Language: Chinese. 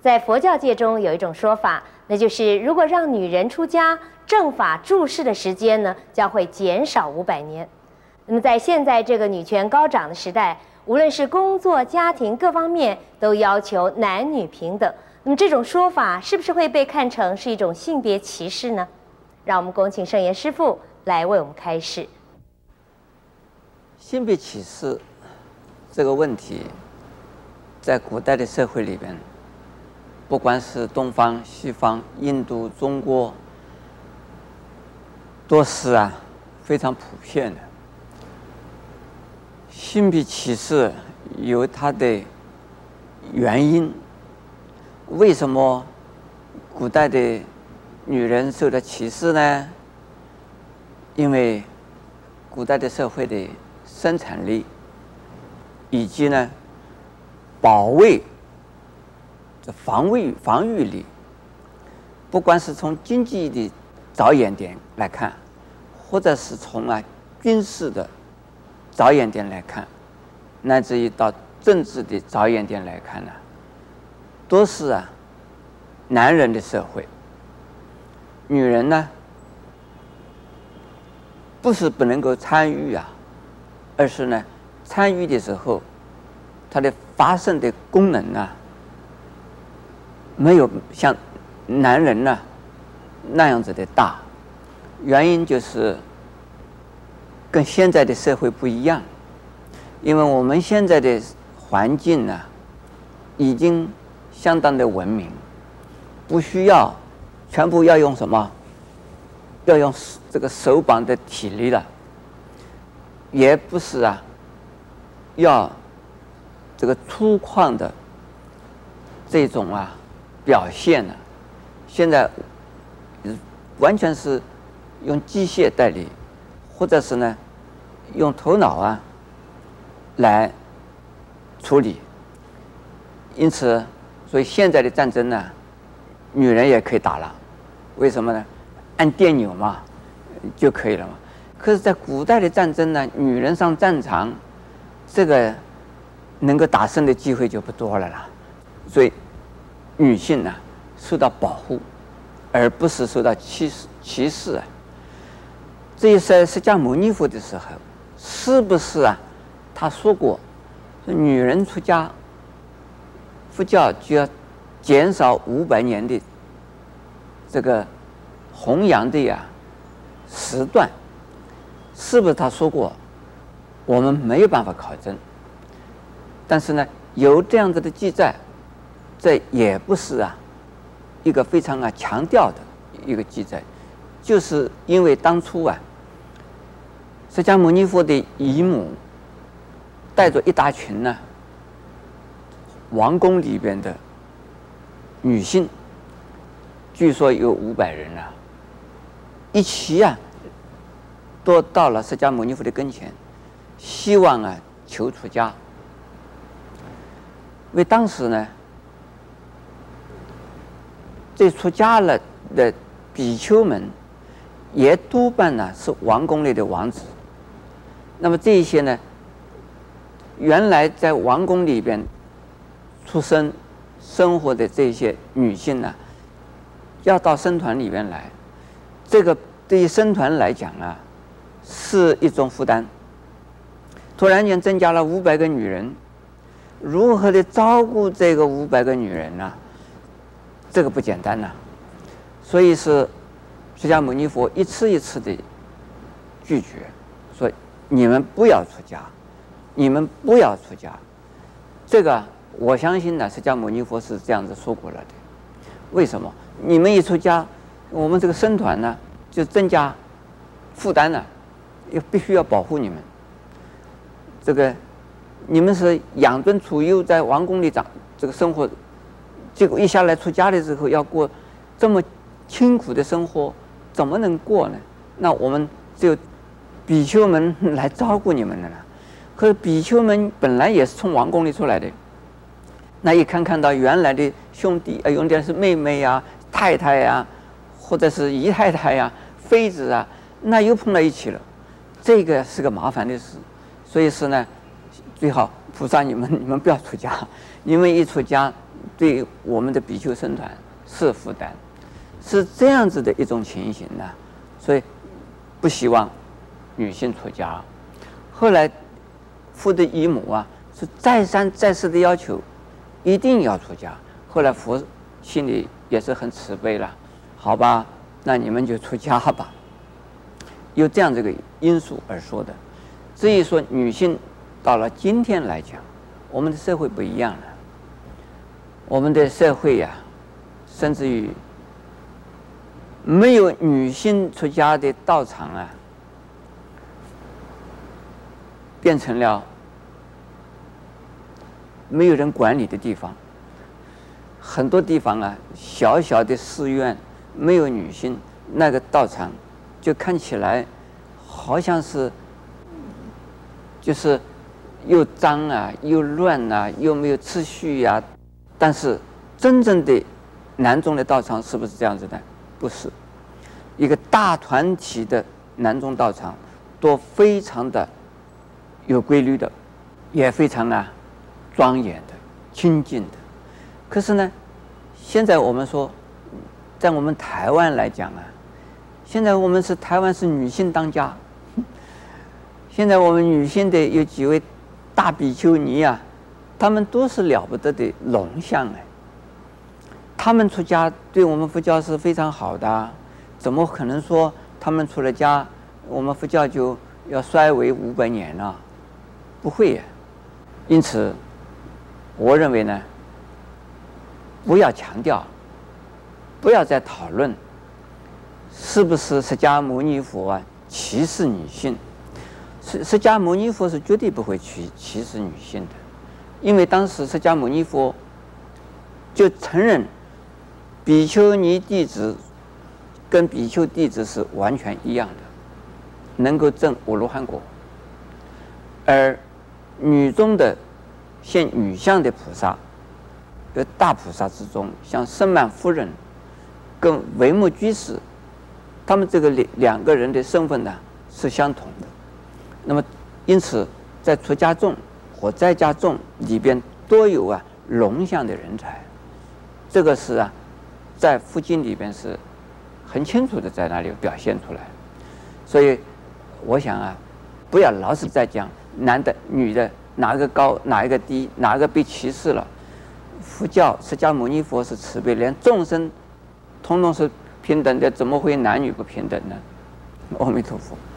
在佛教界中有一种说法，那就是如果让女人出家，正法住世的时间呢，将会减少500年。那么在现在这个女权高涨的时代，无论是工作、家庭各方面都要求男女平等。那么这种说法是不是会被看成是一种性别歧视呢？让我们恭请圣严师父来为我们开示。 性别歧视这个问题，在古代的社会里边，不管是东方、西方、印度、中国，都是非常普遍的。性别歧视有它的原因。为什么古代的女人受到歧视呢？因为古代的社会的生产力以及呢保卫的防御力，不管是从经济的着眼点来看，或者是从军事的着眼点来看，乃至于到政治的着眼点来看呢，都是男人的社会。女人呢，不是不能够参与而是呢，参与的时候，它的发生的功能没有像男人那样子的大。原因就是跟现在的社会不一样，因为我们现在的环境已经相当的文明，不需要全部要用什么，要用这个手绑的体力了，也不是要这个粗犷的这种表现现在完全是用机械代理，或者是呢用头脑来处理。因此，所以现在的战争女人也可以打了。为什么呢？按电钮嘛就可以了嘛。可是，在古代的战争呢，女人上战场，这个能够打胜的机会就不多了啦。所以，女性受到保护，而不是受到歧视这一在释迦牟尼佛的时候，是不是他说过，女人出家，佛教就要减少500年的这个弘扬的时段，是不是他说过？我们没有办法考证，但是呢，有这样子的记载，这也不是一个非常强调的一个记载，就是因为当初释迦牟尼佛的姨母带着一大群王宫里边的女性，据说有500人一起都到了释迦牟尼佛的跟前，希望求出家。因为当时呢，这出家了的比丘们也多半是王宫里的王子。那么这一些呢，原来在王宫里边出生生活的这些女性要到僧团里面来，这个对于僧团来讲是一种负担。突然间增加了500个女人，如何的照顾这个500个女人这个不简单所以是释迦牟尼佛一次一次的拒绝，说你们不要出家，你们不要出家。这个我相信释迦牟尼佛是这样子说过了的。为什么？你们一出家，我们这个僧团就增加负担也必须要保护你们。这个你们是养尊处优，在王宫里这个生活，结果一下来出家的时候要过这么清苦的生活，怎么能过呢？那我们只有比丘们来照顾你们的了。可是比丘们本来也是从王宫里出来的，那一看到原来的兄弟有点是妹妹太太或者是姨太太妃子那又碰到一起了，这个是个麻烦的事。所以是呢，最好菩萨你们不要出家，你们一出家， 对我们的比丘僧团是负担，是这样子的一种情形呢，所以不希望女性出家。后来佛的姨母啊是再三再四的要求，一定要出家。后来佛心里也是很慈悲了，好吧，那你们就出家吧。有这样这个因素而说的。至于说女性到了今天来讲，我们的社会不一样了，我们的社会呀，甚至于没有女性出家的道场啊，变成了没有人管理的地方。很多地方啊，小小的寺院没有女性，那个道场就看起来好像是就是又脏啊，又乱啊，又没有秩序呀。但是真正的南宗的道场是不是这样子的？不是，一个大团体的南宗道场都非常的有规律的，也非常庄严的、清净的。可是呢，现在我们说，在我们台湾来讲啊，现在我们是台湾是女性当家。现在我们女性的有几位大比丘尼啊，她们都是了不得的龙象哎。她们出家对我们佛教是非常好的，怎么可能说她们出了家，我们佛教就要衰微500年呢？不会呀。因此，我认为呢，不要强调，不要再讨论是不是释迦牟尼佛啊歧视女性。释迦牟尼佛是绝对不会歧视女性的，因为当时释迦牟尼佛就承认比丘尼弟子跟比丘弟子是完全一样的，能够证阿罗汉果。而女中的现女相的菩萨，有大菩萨之中，像圣曼夫人跟维摩居士，他们这个两个人的身份呢是相同的。那么，因此在出家众或在家众里边都有龙象的人才，这个是在佛经里边是很清楚的在那里表现出来。所以，我想不要老是在讲男的、女的哪个高、哪一个低、哪个被歧视了。佛教释迦牟尼佛是慈悲，连众生统统是平等的，怎么会男女不平等呢？阿弥陀佛。